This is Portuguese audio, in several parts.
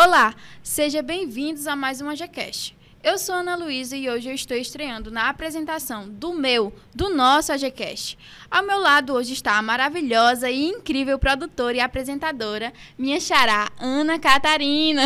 Olá, sejam bem-vindos a mais um AGCast. Eu sou Ana Luísa e hoje eu estou estreando na apresentação do nosso AGCast. Ao meu lado hoje está a maravilhosa e incrível produtora e apresentadora, minha xará, Ana Catarina.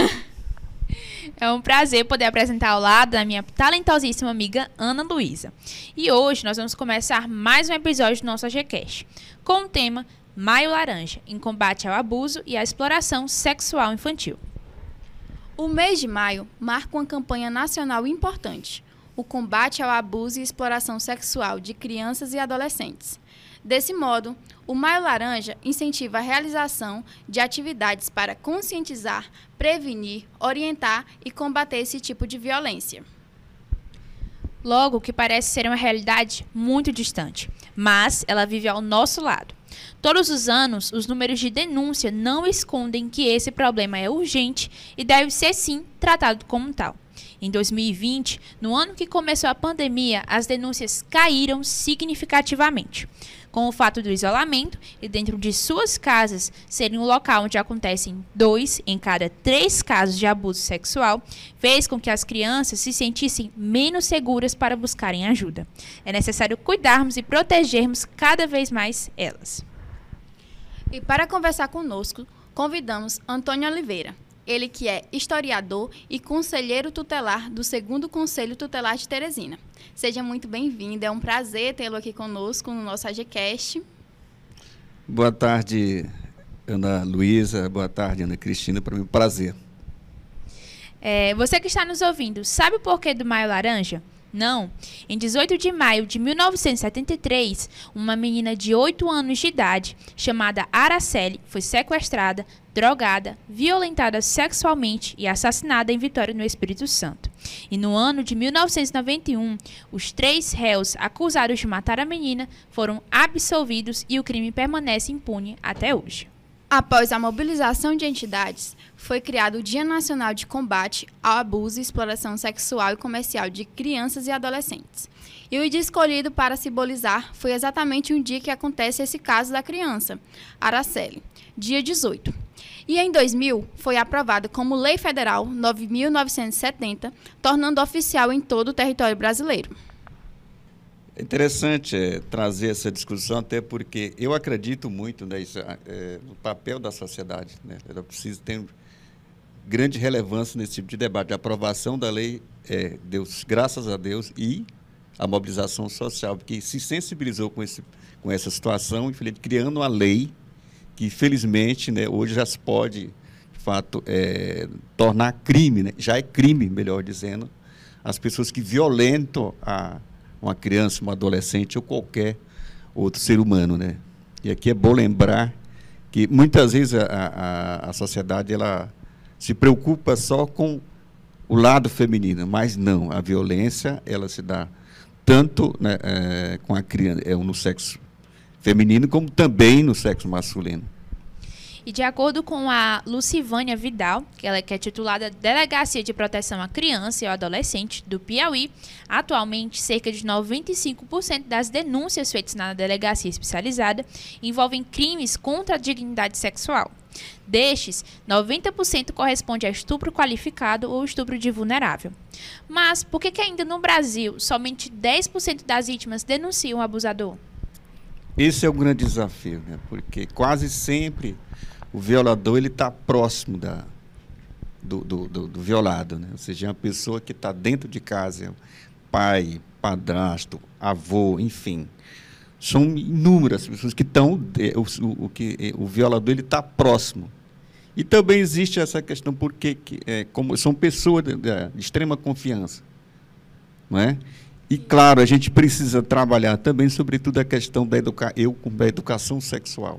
É um prazer poder apresentar ao lado da minha talentosíssima amiga Ana Luísa. E hoje nós vamos começar mais um episódio do nosso AGCast, com o tema Maio Laranja, em combate ao abuso e à exploração sexual infantil. O mês de maio marca uma campanha nacional importante, o combate ao abuso e exploração sexual de crianças e adolescentes. Desse modo, o Maio Laranja incentiva a realização de atividades para conscientizar, prevenir, orientar e combater esse tipo de violência. Logo, que parece ser uma realidade muito distante, mas ela vive ao nosso lado. Todos os anos, os números de denúncia não escondem que esse problema é urgente e deve ser, sim, tratado como tal. Em 2020, no ano que começou a pandemia, as denúncias caíram significativamente. Com o fato do isolamento e dentro de suas casas serem um local onde acontecem 2 em cada 3 casos de abuso sexual, fez com que as crianças se sentissem menos seguras para buscarem ajuda. É necessário cuidarmos e protegermos cada vez mais elas. E para conversar conosco, convidamos Antônio Oliveira. Ele que é historiador e conselheiro tutelar do 2º Conselho Tutelar de Teresina. Seja muito bem-vindo, é um prazer tê-lo aqui conosco no nosso AGCast. Boa tarde, Ana Luísa, boa tarde, Ana Cristina, para mim é um prazer. Você que está nos ouvindo, sabe o porquê do Maio Laranja? Não. Em 18 de maio de 1973, uma menina de 8 anos de idade, chamada Araceli, foi sequestrada, drogada, violentada sexualmente e assassinada em Vitória, no Espírito Santo. E no ano de 1991, os 3 réus acusados de matar a menina foram absolvidos e o crime permanece impune até hoje. Após a mobilização de entidades, foi criado o Dia Nacional de Combate ao Abuso e Exploração Sexual e Comercial de Crianças e Adolescentes. E o dia escolhido para simbolizar foi exatamente um dia que acontece esse caso da criança, Araceli, dia 18. E em 2000 foi aprovado como Lei Federal 9.970, tornando oficial em todo o território brasileiro. É interessante trazer essa discussão, até porque eu acredito muito no papel da sociedade, né? Ela precisa ter grande relevância nesse tipo de debate. A aprovação da lei, graças a Deus, e a mobilização social, porque se sensibilizou com essa situação, criando uma lei que, felizmente, né, hoje já se pode, de fato, tornar crime, né? Já é crime, melhor dizendo, as pessoas que violentam uma criança, uma adolescente ou qualquer outro ser humano, né? E aqui é bom lembrar que muitas vezes a sociedade ela se preocupa só com o lado feminino, mas não, a violência ela se dá tanto, né, com a criança, no sexo feminino como também no sexo masculino. E de acordo com a Lucivânia Vidal, que é titulada Delegacia de Proteção à Criança e ao Adolescente do Piauí, atualmente cerca de 95% das denúncias feitas na delegacia especializada envolvem crimes contra a dignidade sexual. Destes, 90% corresponde a estupro qualificado ou estupro de vulnerável. Mas por que ainda no Brasil somente 10% das vítimas denunciam o abusador? Esse é o grande desafio, né? Porque quase sempre o violador está próximo do violado, né? Ou seja, é uma pessoa que está dentro de casa, pai, padrasto, avô, enfim. São inúmeras pessoas que estão... O violador está próximo. E também existe essa questão, porque como são pessoas de extrema confiança, não é? E, claro, a gente precisa trabalhar também, sobretudo, a questão da educação sexual.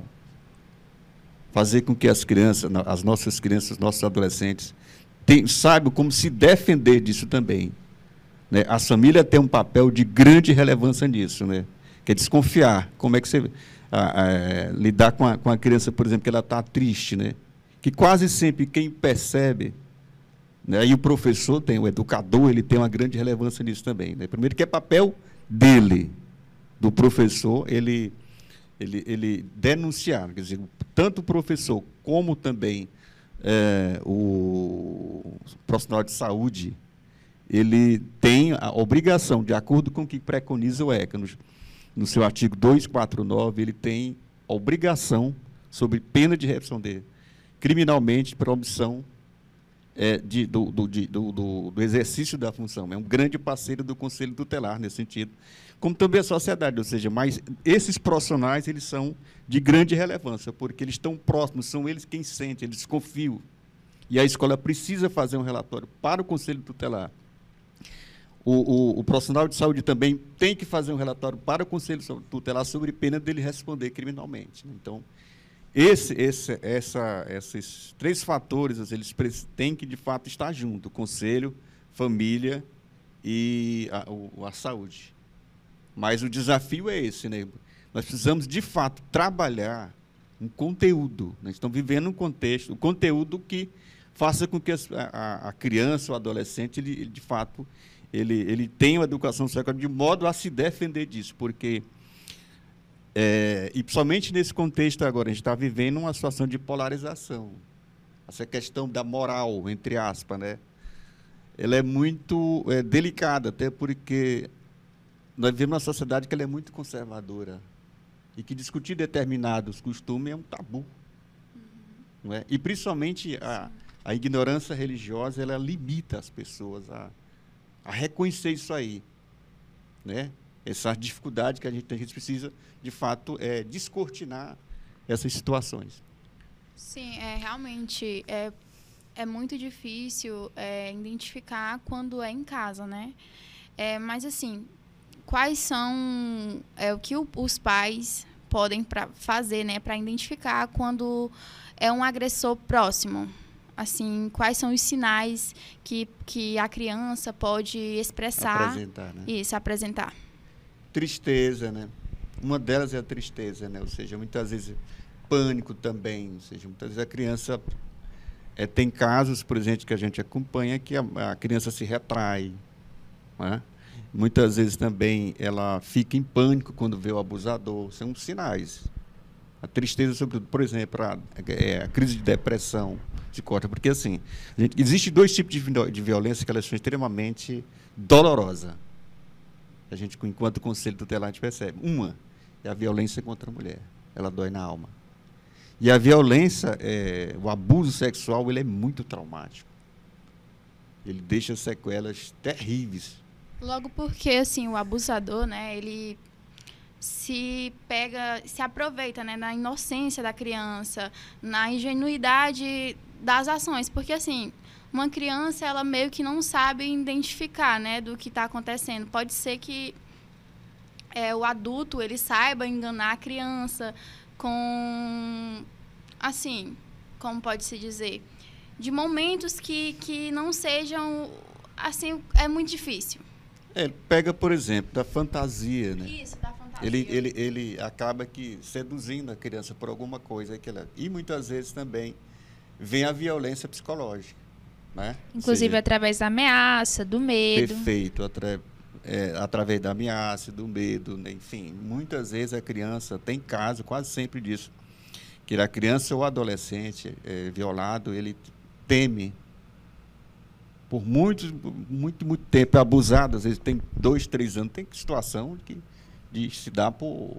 Fazer com que as nossas crianças, os nossos adolescentes, saibam como se defender disso também, né? A família tem um papel de grande relevância nisso, né? Que é desconfiar. Como é que você lidar com a criança, por exemplo, que ela está triste, né? Que quase sempre quem percebe, né? E o professor o educador, ele tem uma grande relevância nisso também, né? Primeiro que é papel dele, do professor, ele denunciar, quer dizer, tanto o professor como também o profissional de saúde ele tem a obrigação, de acordo com o que preconiza o ECA, no seu artigo 249, ele tem a obrigação, sob pena de responder criminalmente por omissão do exercício da função. É um grande parceiro do Conselho Tutelar nesse sentido, como também a sociedade, ou seja, mas esses profissionais eles são de grande relevância, porque eles estão próximos, são eles quem sentem, eles confiam. E a escola precisa fazer um relatório para o Conselho Tutelar. O profissional de saúde também tem que fazer um relatório para o Conselho Tutelar sobre pena dele responder criminalmente. Então, esses 3 fatores, eles têm que, de fato, estar juntos: conselho, família e a saúde. Mas o desafio é esse, né? Nós precisamos, de fato, trabalhar um conteúdo. Nós estamos vivendo um contexto, um conteúdo que faça com que a criança, o adolescente, ele de fato, ele tenha uma educação sexual de modo a se defender disso, porque... e principalmente nesse contexto agora, a gente está vivendo uma situação de polarização. Essa questão da moral, entre aspas, né? Ela é muito delicada, até porque nós vivemos uma sociedade que ela é muito conservadora e que discutir determinados costumes é um tabu. Não é? E, principalmente, a ignorância religiosa, ela limita as pessoas a reconhecer isso aí, né? Essa dificuldade que a gente precisa, de fato, descortinar essas situações. Sim, realmente é muito difícil identificar quando é em casa, né? Mas, assim, quais são o que os pais podem fazer, né, para identificar quando é um agressor próximo? Assim, quais são os sinais que a criança pode expressar? Apresentar, né? Isso, apresentar. Tristeza, né? Uma delas é a tristeza, né? Ou seja, muitas vezes pânico também, ou seja, muitas vezes a criança tem casos, por exemplo, que a gente acompanha que a criança se retrai, né? Muitas vezes também ela fica em pânico quando vê o abusador. São sinais. A tristeza, sobretudo, por exemplo, a crise de depressão psicótica, porque assim, existe 2 tipos de violência que elas são extremamente dolorosas. A gente, enquanto Conselho Tutelar, a gente percebe. Uma é a violência contra a mulher. Ela dói na alma. E a violência, o abuso sexual, ele é muito traumático. Ele deixa sequelas terríveis. Logo porque, assim, o abusador, né, ele se aproveita, né, na inocência da criança, na ingenuidade das ações. Porque, assim, uma criança, ela meio que não sabe identificar, né, do que está acontecendo. Pode ser que o adulto, ele saiba enganar a criança com, assim, como pode-se dizer, de momentos que não sejam, assim, é muito difícil. Ele pega, por exemplo, da fantasia, né? Isso, da fantasia. Ele acaba que seduzindo a criança por alguma coisa. E muitas vezes também vem a violência psicológica, né? Inclusive através da ameaça, do medo. Perfeito, através da ameaça, do medo, né? Enfim, muitas vezes a criança, tem caso quase sempre disso, que a criança ou adolescente violado, ele teme por muito tempo, é abusado, às vezes tem 2, 3 anos, tem situação de se dar por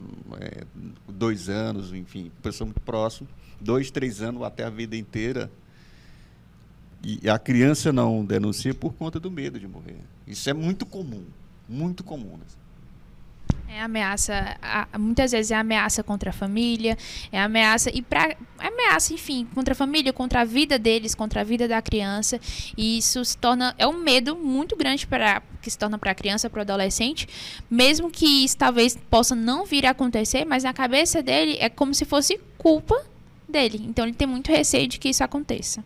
2 anos, enfim, pessoa muito próxima, 2, 3 anos até a vida inteira, e a criança não denuncia por conta do medo de morrer. Isso é muito comum, muito comum. É ameaça, muitas vezes é ameaça contra a família, ameaça, enfim, contra a família, contra a vida deles, contra a vida da criança. E isso se torna, um medo muito grande que se torna para a criança, para o adolescente, mesmo que isso talvez possa não vir a acontecer, mas na cabeça dele é como se fosse culpa dele. Então ele tem muito receio de que isso aconteça.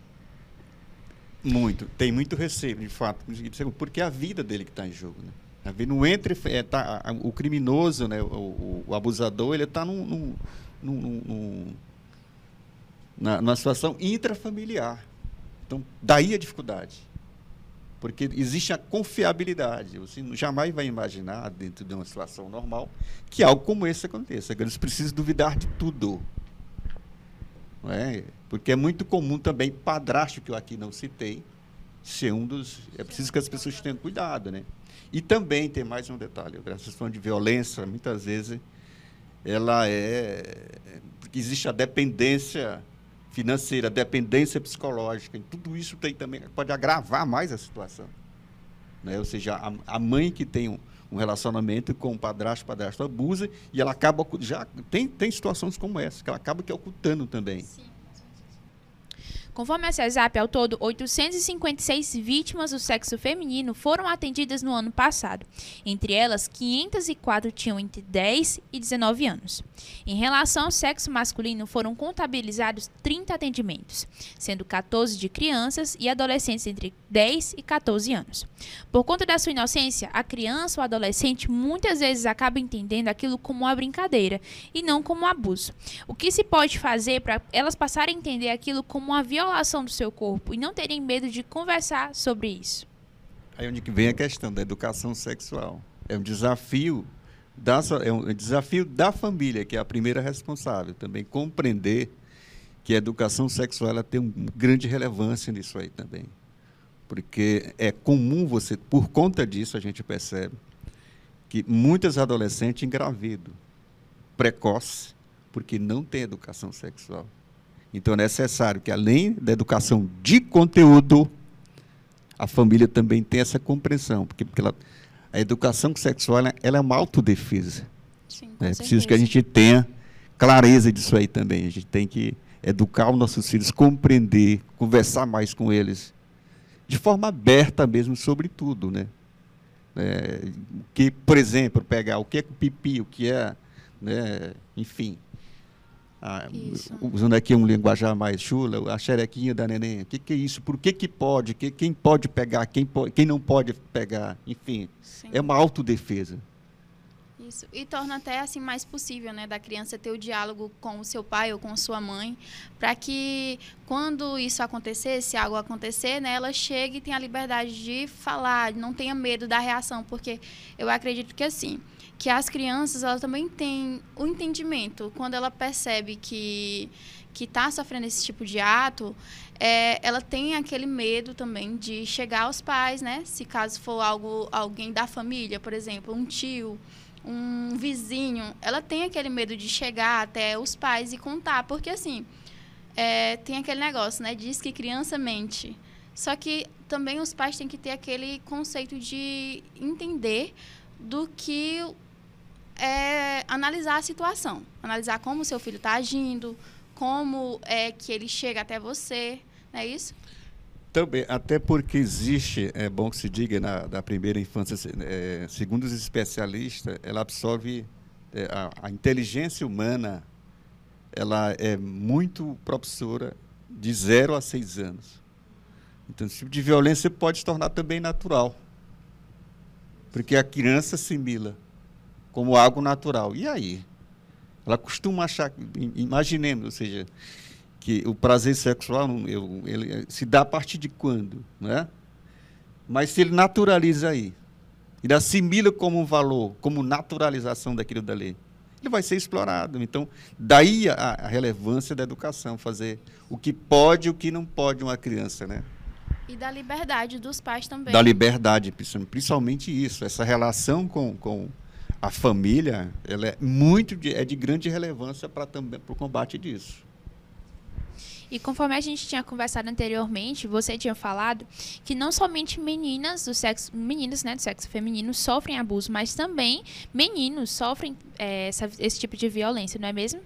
Tem muito receio, de fato, porque é a vida dele que está em jogo, né? Não entra, o criminoso, né, o abusador, ele está numa situação intrafamiliar. Então, daí a dificuldade. Porque existe a confiabilidade. Você jamais vai imaginar, dentro de uma situação normal, que algo como esse aconteça. Eles precisam duvidar de tudo. não é? Porque é muito comum também padrasto, que eu aqui não citei, ser um dos... É preciso que as pessoas tenham cuidado, né? E também tem mais um detalhe, a questão de violência, muitas vezes, ela porque existe a dependência financeira, a dependência psicológica, e tudo isso também pode agravar mais a situação, né? Ou seja, a mãe que tem um relacionamento com o padrasto abusa, e ela acaba... Já tem situações como essa, que ela acaba ocultando também. Sim. Conforme a CESAP, ao todo, 856 vítimas do sexo feminino foram atendidas no ano passado. Entre elas, 504 tinham entre 10 e 19 anos. Em relação ao sexo masculino, foram contabilizados 30 atendimentos, sendo 14 de crianças e adolescentes entre 10 e 14 anos. Por conta da sua inocência, a criança ou adolescente muitas vezes acaba entendendo aquilo como uma brincadeira e não como um abuso. O que se pode fazer para elas passarem a entender aquilo como uma violação do seu corpo e não terem medo de conversar sobre isso? Aí onde que vem a questão da educação sexual. É um desafio da família, que é a primeira responsável, também compreender que a educação sexual ela tem uma grande relevância nisso aí também. Porque é comum por conta disso, a gente percebe que muitas adolescentes engravidam precoce, porque não tem educação sexual. Então, é necessário que, além da educação de conteúdo, a família também tenha essa compreensão, porque a educação sexual ela é uma autodefesa. Sim, É preciso que a gente tenha clareza disso aí também. A gente tem que educar os nossos filhos, compreender, conversar mais com eles, de forma aberta mesmo sobre tudo, né? Que, por exemplo, pegar o que é pipi, o que é, né? Enfim... usando aqui um linguajar mais chula, a xerequinha da neném, o que é isso? Por que pode? Quem pode pegar? Quem não pode pegar? Enfim, sim, é uma autodefesa. Isso. E torna até assim mais possível, né, da criança ter o diálogo com o seu pai ou com sua mãe, para que quando isso acontecer, se algo acontecer, né, ela chegue e tenha a liberdade de falar, não tenha medo da reação, porque eu acredito que assim, que as crianças, elas também têm o entendimento. Quando ela percebe que está sofrendo esse tipo de ato, ela tem aquele medo também de chegar aos pais, né? Se caso for alguém da família, por exemplo, um tio, um vizinho, ela tem aquele medo de chegar até os pais e contar. Porque, assim, tem aquele negócio, né? Diz que criança mente. Só que também os pais têm que ter aquele conceito de entender do que... analisar a situação, analisar como o seu filho está agindo, como é que ele chega até você, não é isso? Também, até porque existe, é bom que se diga, da primeira infância, segundo os especialistas, ela absorve a inteligência humana, ela é muito propulsora de 0 a 6 anos. Então, esse tipo de violência pode se tornar também natural, porque a criança assimila como algo natural. E aí? Ela costuma achar, imaginemos, ou seja, que o prazer sexual ele se dá a partir de quando, né? Mas se ele naturaliza aí, ele assimila como um valor, como naturalização daquilo dali, ele vai ser explorado. Então, daí a relevância da educação, fazer o que pode e o que não pode uma criança, né? E da liberdade dos pais também. Da liberdade, principalmente isso, essa relação com a família, ela é de grande relevância para o combate disso. E conforme a gente tinha conversado anteriormente, você tinha falado que não somente meninas, né, do sexo feminino sofrem abuso, mas também meninos sofrem esse tipo de violência, não é mesmo?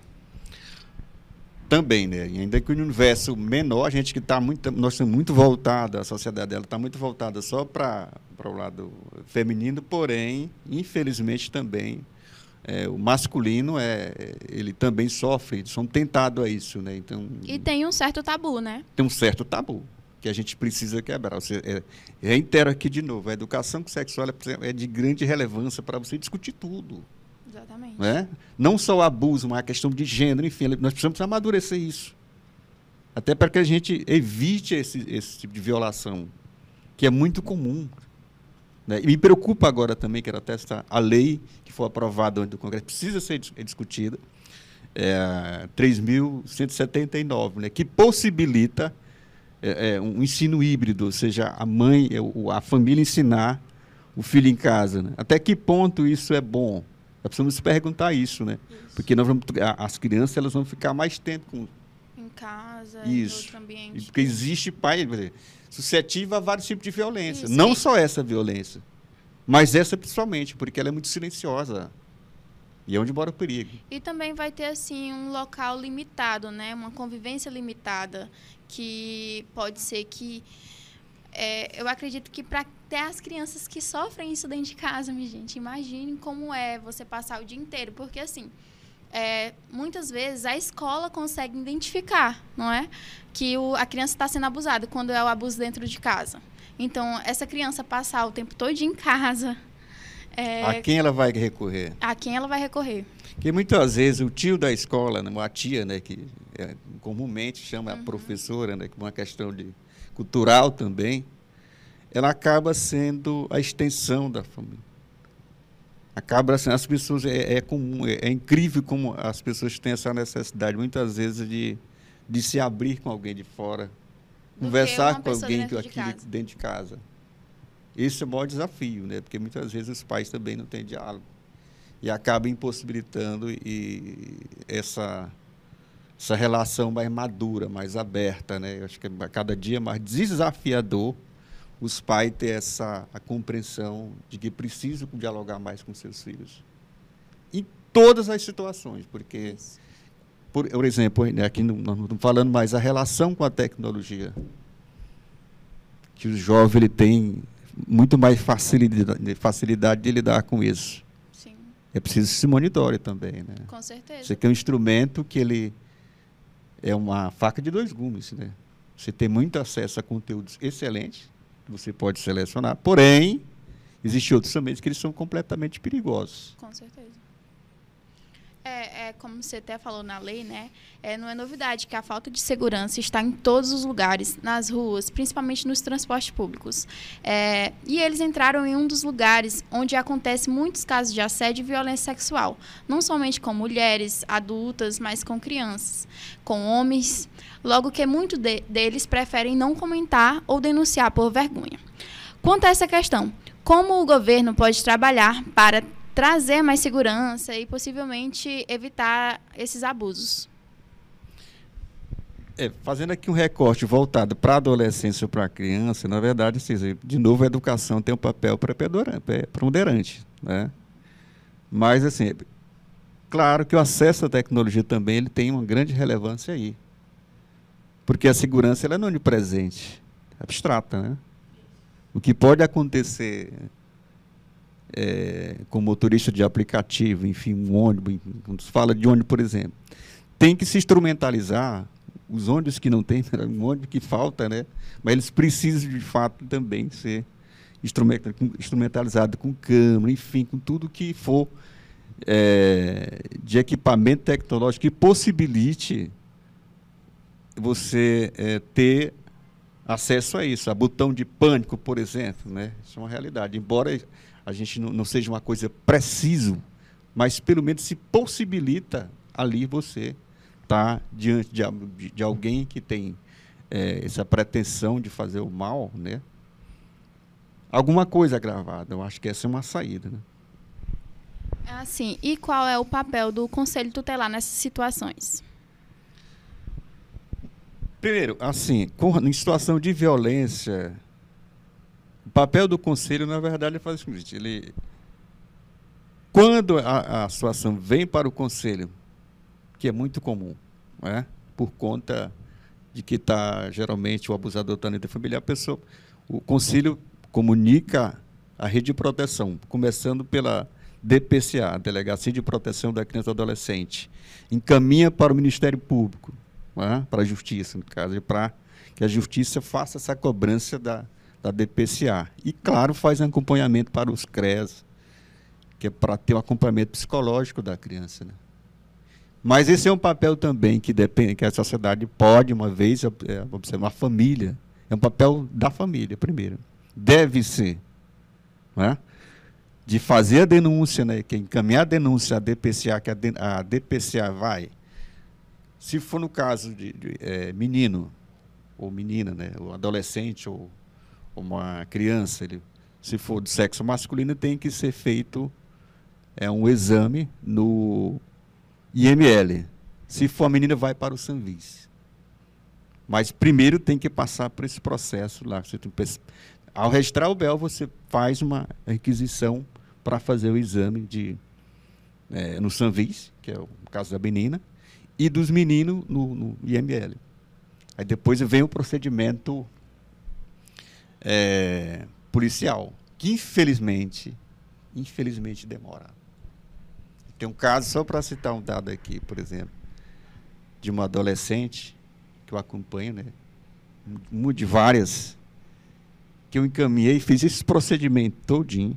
Também, né? E ainda que no universo menor, a gente que nós estamos muito voltados, a sociedade dela está muito voltada só para o lado feminino, porém, infelizmente também, o masculino, ele também sofre, são tentados a isso, né? Então, e tem um certo tabu, né? Tem um certo tabu que a gente precisa quebrar. Reitero aqui de novo, a educação sexual é de grande relevância para você discutir tudo. Exatamente. Né? Não só o abuso, mas a questão de gênero, enfim, nós precisamos amadurecer isso. Até para que a gente evite esse tipo de violação, que é muito comum. Né? E me preocupa agora também, quero até a lei que foi aprovada do Congresso, precisa ser discutida, 3.179, né, que possibilita um ensino híbrido, ou seja, a mãe, a família ensinar o filho em casa. Né? Até que ponto isso é bom? Nós precisamos perguntar isso, né? Porque as crianças elas vão ficar mais tempo em casa, isso. Em outro ambiente. Porque existe pai suscetível a vários tipos de violência. Isso. Não só essa violência, mas essa principalmente, porque ela é muito silenciosa. E é onde mora o perigo. E também vai ter assim um local limitado, né? Uma convivência limitada, que pode ser que... eu acredito que para até as crianças que sofrem isso dentro de casa, minha gente, imaginem como é você passar o dia inteiro. Porque, assim, muitas vezes a escola consegue identificar, não é? Que a criança está sendo abusada, quando é o abuso dentro de casa. Então, essa criança passar o tempo todo em casa... a quem ela vai recorrer? A quem ela vai recorrer? Porque muitas vezes o tio da escola, né, uma tia, né, que comumente chama a professora, né, que é uma questão cultural também, ela acaba sendo a extensão da família. Acaba sendo, as pessoas, comum, é incrível como as pessoas têm essa necessidade, muitas vezes, de se abrir com alguém de fora, conversar com alguém dentro de casa. Esse é o maior desafio, né? Porque muitas vezes os pais também não têm diálogo e acaba impossibilitando essa relação mais madura, mais aberta, né? Eu acho que a cada dia mais desafiador os pais ter a compreensão de que precisam dialogar mais com seus filhos em todas as situações, porque, por exemplo, aqui nós não estamos falando mais a relação com a tecnologia, que o jovem ele tem muito mais facilidade de lidar com isso. Sim. É preciso que se monitore também, né? Com certeza. Você tem um instrumento que ele é uma faca de dois gumes, né? Você tem muito acesso a conteúdos excelentes, que você pode selecionar, porém, existem outros também que eles são completamente perigosos. Com certeza. Como você até falou na lei, né? Não é novidade que a falta de segurança está em todos os lugares, nas ruas, principalmente nos transportes públicos. E eles entraram em um dos lugares onde acontece muitos casos de assédio e violência sexual, não somente com mulheres adultas, mas com crianças, com homens, logo que muitos deles preferem não comentar ou denunciar por vergonha. Quanto a essa questão, como o governo pode trabalhar para trazer mais segurança e possivelmente evitar esses abusos? Fazendo aqui um recorte voltado para a adolescência ou para a criança, na verdade, de novo, a educação tem um papel preponderante, né? Mas, assim, claro que o acesso à tecnologia também ele tem uma grande relevância aí, porque a segurança ela não é onipresente, é abstrata, né? O que pode acontecer com motorista de aplicativo, enfim, um ônibus, quando se fala de ônibus, por exemplo, tem que se instrumentalizar os ônibus que não tem, um ônibus que falta, né? Mas eles precisam, de fato, também ser instrumentalizados com câmera, enfim, com tudo que for de equipamento tecnológico que possibilite você ter acesso a isso, a botão de pânico, por exemplo, né? Isso é uma realidade, embora a gente não seja uma coisa preciso, mas pelo menos se possibilita ali você estar diante de alguém que tem essa pretensão de fazer o mal, né? Alguma coisa gravada, eu acho que essa é uma saída, né? Assim, e qual é o papel do Conselho Tutelar nessas situações? Primeiro, assim, em situação de violência, o papel do conselho, na verdade, é fazer o seguinte: quando a situação vem para o conselho, que é muito comum, né, por conta de que geralmente o abusador está dentro da família, o conselho comunica a rede de proteção, começando pela DPCA, Delegacia de Proteção da Criança e do Adolescente, encaminha para o Ministério Público, né, para a Justiça, no caso, para que a Justiça faça essa cobrança da DPCA. E, claro, faz um acompanhamento para os CREAS, que é para ter um acompanhamento psicológico da criança, né? Mas esse é um papel também que depende, que a sociedade pode, uma vez, observar a família. É um papel da família, primeiro. Deve ser, né? De fazer a denúncia, né? Que encaminhar a denúncia à DPCA, que a DPCA vai Se for no caso de menino ou menina, né, ou adolescente ou uma criança, se for do sexo masculino, tem que ser feito um exame no IML. Se for a menina, vai para o Sanvis. Mas primeiro tem que passar por esse processo lá. Ao registrar o BEL, você faz uma requisição para fazer o exame no Sanvis, que é o caso da menina, e dos meninos no IML. Aí depois vem o procedimento policial, que infelizmente demora. Tem um caso, só para citar um dado aqui, por exemplo, de uma adolescente que eu acompanho, né, uma de várias, que eu encaminhei, fiz esse procedimento todinho,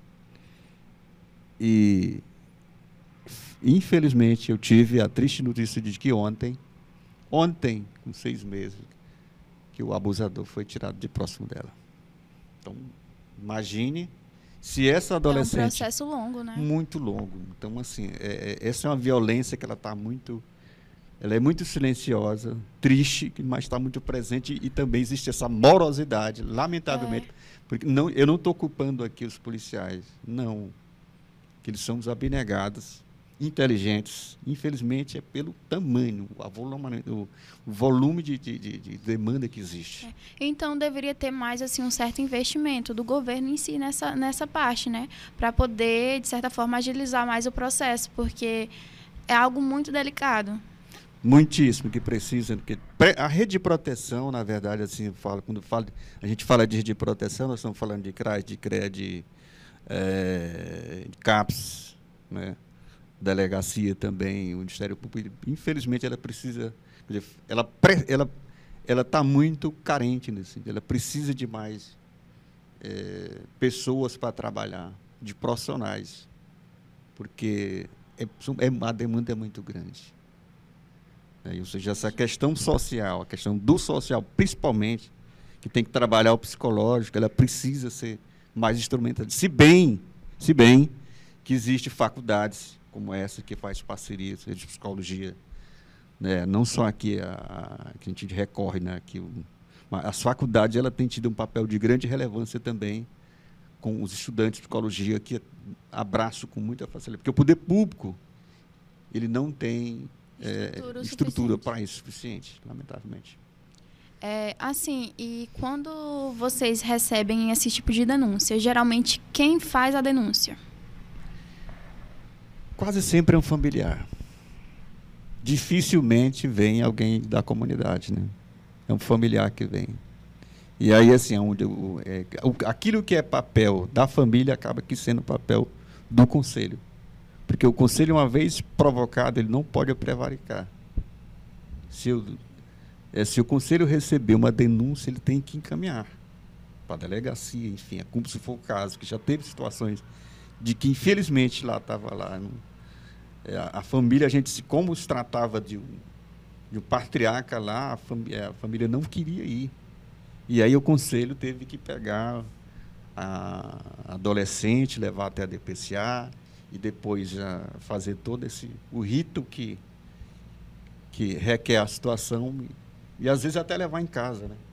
e infelizmente eu tive a triste notícia de que ontem, com 6 meses, que o abusador foi tirado de próximo dela. Então, imagine se essa adolescente... É um processo longo, né? Muito longo. Então, assim, essa é uma violência que ela é muito silenciosa, triste, mas está muito presente, e também existe essa morosidade, lamentavelmente. Porque eu não estou culpando aqui os policiais, não. Que eles são os abnegados, inteligentes. Infelizmente, é pelo tamanho, o volume de demanda que existe. Então, deveria ter mais assim, um certo investimento do governo em si nessa parte, né? Para poder, de certa forma, agilizar mais o processo, porque é algo muito delicado. Muitíssimo que precisa. A rede de proteção, na verdade, assim, quando a gente fala de rede de proteção, nós estamos falando de CRAS, de CREA, de CAPS, né? Delegacia também, o Ministério Público. Infelizmente, ela precisa... Ela está muito carente nesse. Ela precisa de mais pessoas para trabalhar, de profissionais, porque a demanda é muito grande. Ou seja, essa questão social, a questão do social, principalmente, que tem que trabalhar o psicológico, ela precisa ser mais instrumentada. Se bem que existem faculdades como essa, que faz parcerias de psicologia, né? Não só aqui que a gente recorre, né? Mas as faculdades ela tem tido um papel de grande relevância também com os estudantes de psicologia, que abraço com muita facilidade. Porque o poder público ele não tem estrutura para isso suficiente, lamentavelmente. Assim, e quando vocês recebem esse tipo de denúncia, geralmente quem faz a denúncia? Quase sempre é um familiar. Dificilmente vem alguém da comunidade, né? É um familiar que vem. E aí, assim, aquilo que é papel da família acaba que sendo papel do conselho. Porque o conselho, uma vez provocado, ele não pode prevaricar. Se o conselho receber uma denúncia, ele tem que encaminhar para a delegacia, enfim, como se for o caso, que já teve situações de que, infelizmente, estava lá. A família, como se tratava de um patriarca lá, a família não queria ir. E aí o conselho teve que pegar a adolescente, levar até a DPCA, e depois já fazer todo o rito que requer a situação, e às vezes até levar em casa, né?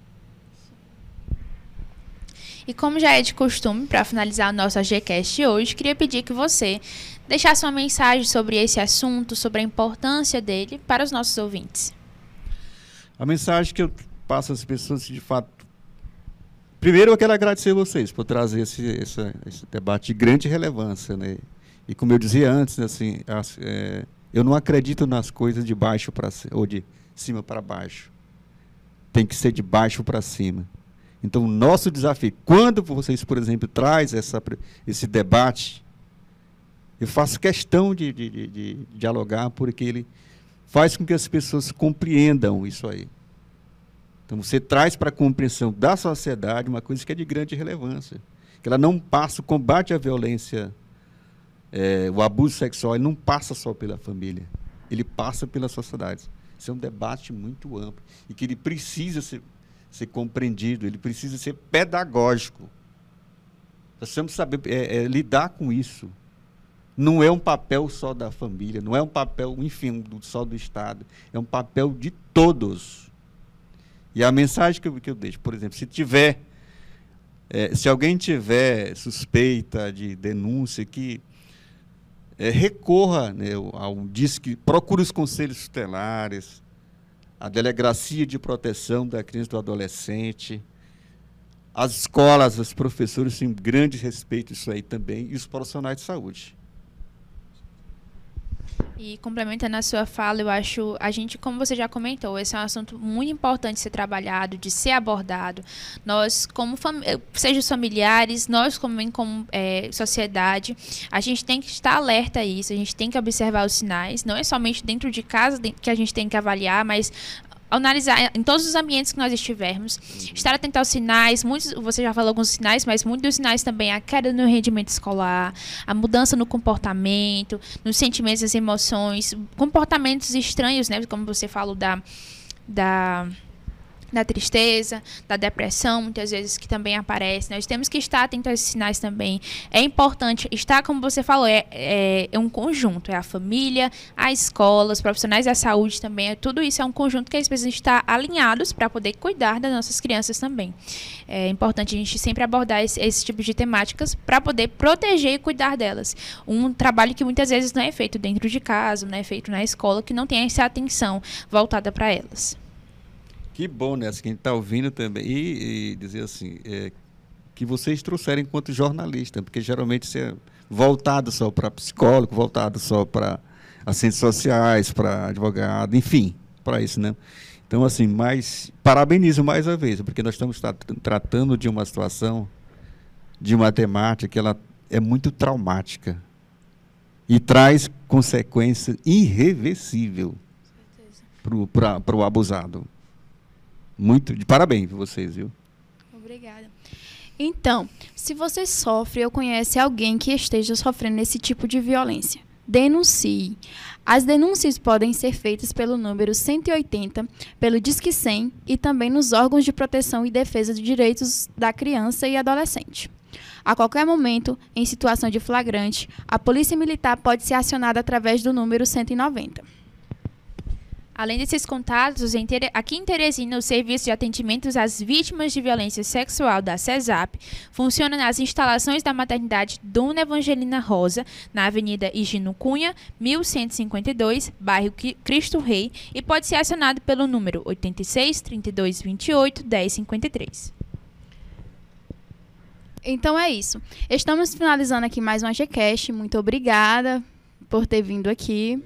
E como já é de costume, para finalizar o nosso AGCast hoje, queria pedir que você deixasse uma mensagem sobre esse assunto, sobre a importância dele para os nossos ouvintes. A mensagem que eu passo às pessoas, de fato... Primeiro, eu quero agradecer a vocês por trazer esse debate de grande relevância, né? E como eu dizia antes, assim, eu não acredito nas coisas de baixo para ou de cima para baixo. Tem que ser de baixo para cima. Então, o nosso desafio, quando vocês, por exemplo, traz esse debate, eu faço questão de dialogar, porque ele faz com que as pessoas compreendam isso aí. Então, você traz para a compreensão da sociedade uma coisa que é de grande relevância, que ela não passa, o combate à violência, o abuso sexual, ele não passa só pela família, ele passa pela sociedade. Isso é um debate muito amplo e que ele precisa ser compreendido, ele precisa ser pedagógico. Nós precisamos saber lidar com isso. não é um papel só da família, não é um papel, enfim, só do Estado, é um papel de todos. E a mensagem que eu deixo, por exemplo, se alguém tiver suspeita de denúncia, que recorra, né, procure os conselhos tutelares, a Delegacia de Proteção da Criança e do Adolescente, as escolas, os professores têm grande respeito a isso aí também, e os profissionais de saúde. E complementando a sua fala, eu acho, como você já comentou, esse é um assunto muito importante de ser trabalhado, de ser abordado. Nós, seja os familiares, nós como sociedade, a gente tem que estar alerta a isso, a gente tem que observar os sinais, não é somente dentro de casa que a gente tem que avaliar, mas analisar em todos os ambientes que nós estivermos, estar atento aos sinais, você já falou alguns sinais, mas muitos dos sinais também, a queda no rendimento escolar, a mudança no comportamento, nos sentimentos, as emoções, comportamentos estranhos, né, como você falou da tristeza, da depressão, muitas vezes que também aparece. Nós temos que estar atentos a esses sinais também. É importante estar, como você falou, é um conjunto, é a família, a escola, os profissionais da saúde também, tudo isso é um conjunto que eles precisam estar alinhados para poder cuidar das nossas crianças também. É importante a gente sempre abordar esse tipo de temáticas para poder proteger e cuidar delas. Um trabalho que muitas vezes não é feito dentro de casa, não é feito na escola, que não tem essa atenção voltada para elas. Que bom, né? Quem está ouvindo também. E dizer assim, que vocês trouxeram enquanto jornalista, porque geralmente isso é voltado só para psicólogo, voltado só para as ciências sociais, para advogado, enfim, para isso, né? Então, assim, parabenizo mais uma vez, porque nós estamos tratando de uma situação, de uma temática que ela é muito traumática e traz consequência irreversível para o abusado. Muito, de parabéns para vocês, viu? Obrigada. Então, se você sofre ou conhece alguém que esteja sofrendo esse tipo de violência, denuncie. As denúncias podem ser feitas pelo número 180, pelo Disque 100 e também nos órgãos de proteção e defesa de direitos da criança e adolescente. A qualquer momento, em situação de flagrante, a Polícia Militar pode ser acionada através do número 190. Além desses contatos, aqui em Teresina, o Serviço de Atendimentos às Vítimas de Violência Sexual da CESAP funciona nas instalações da maternidade Dona Evangelina Rosa, na Avenida Higino Cunha, 1152, bairro Cristo Rei, e pode ser acionado pelo número 86 32 28 10 53. Então é isso. Estamos finalizando aqui mais um AGCast. Muito obrigada por ter vindo aqui.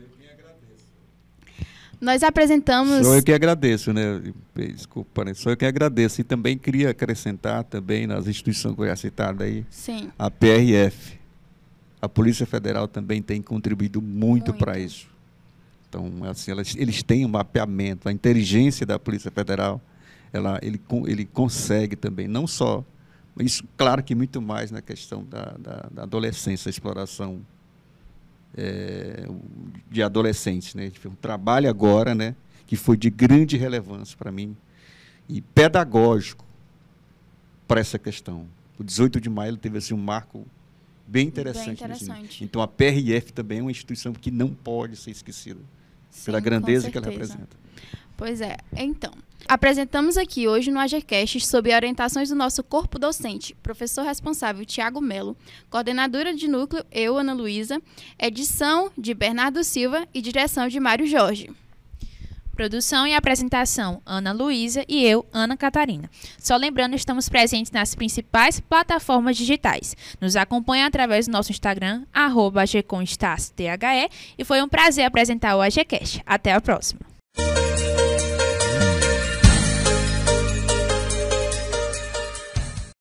Nós apresentamos... Sou eu que agradeço, né? Desculpa, né? Sou eu que agradeço. E também queria acrescentar também nas instituições que eu já citado aí, sim, a PRF. A Polícia Federal também tem contribuído muito para isso. Então, assim, eles têm um mapeamento, a inteligência da Polícia Federal, ele consegue também, não só, isso, claro que muito mais na questão da adolescência, a exploração de adolescentes, né? Um trabalho agora, né, que foi de grande relevância para mim e pedagógico para essa questão. O 18 de maio ele teve assim, um marco bem interessante. Então, a PRF também é uma instituição que não pode ser esquecida. Sim, pela grandeza que ela representa. Pois é. Então, apresentamos aqui hoje no AGCast sob orientações do nosso corpo docente, professor responsável Tiago Melo, coordenadora de núcleo eu, Ana Luísa, edição de Bernardo Silva e direção de Mário Jorge. Produção e apresentação, Ana Luísa e eu, Ana Catarina. Só lembrando, estamos presentes nas principais plataformas digitais. Nos acompanhe através do nosso Instagram, @agcomstas, e foi um prazer apresentar o AGCast. Até a próxima.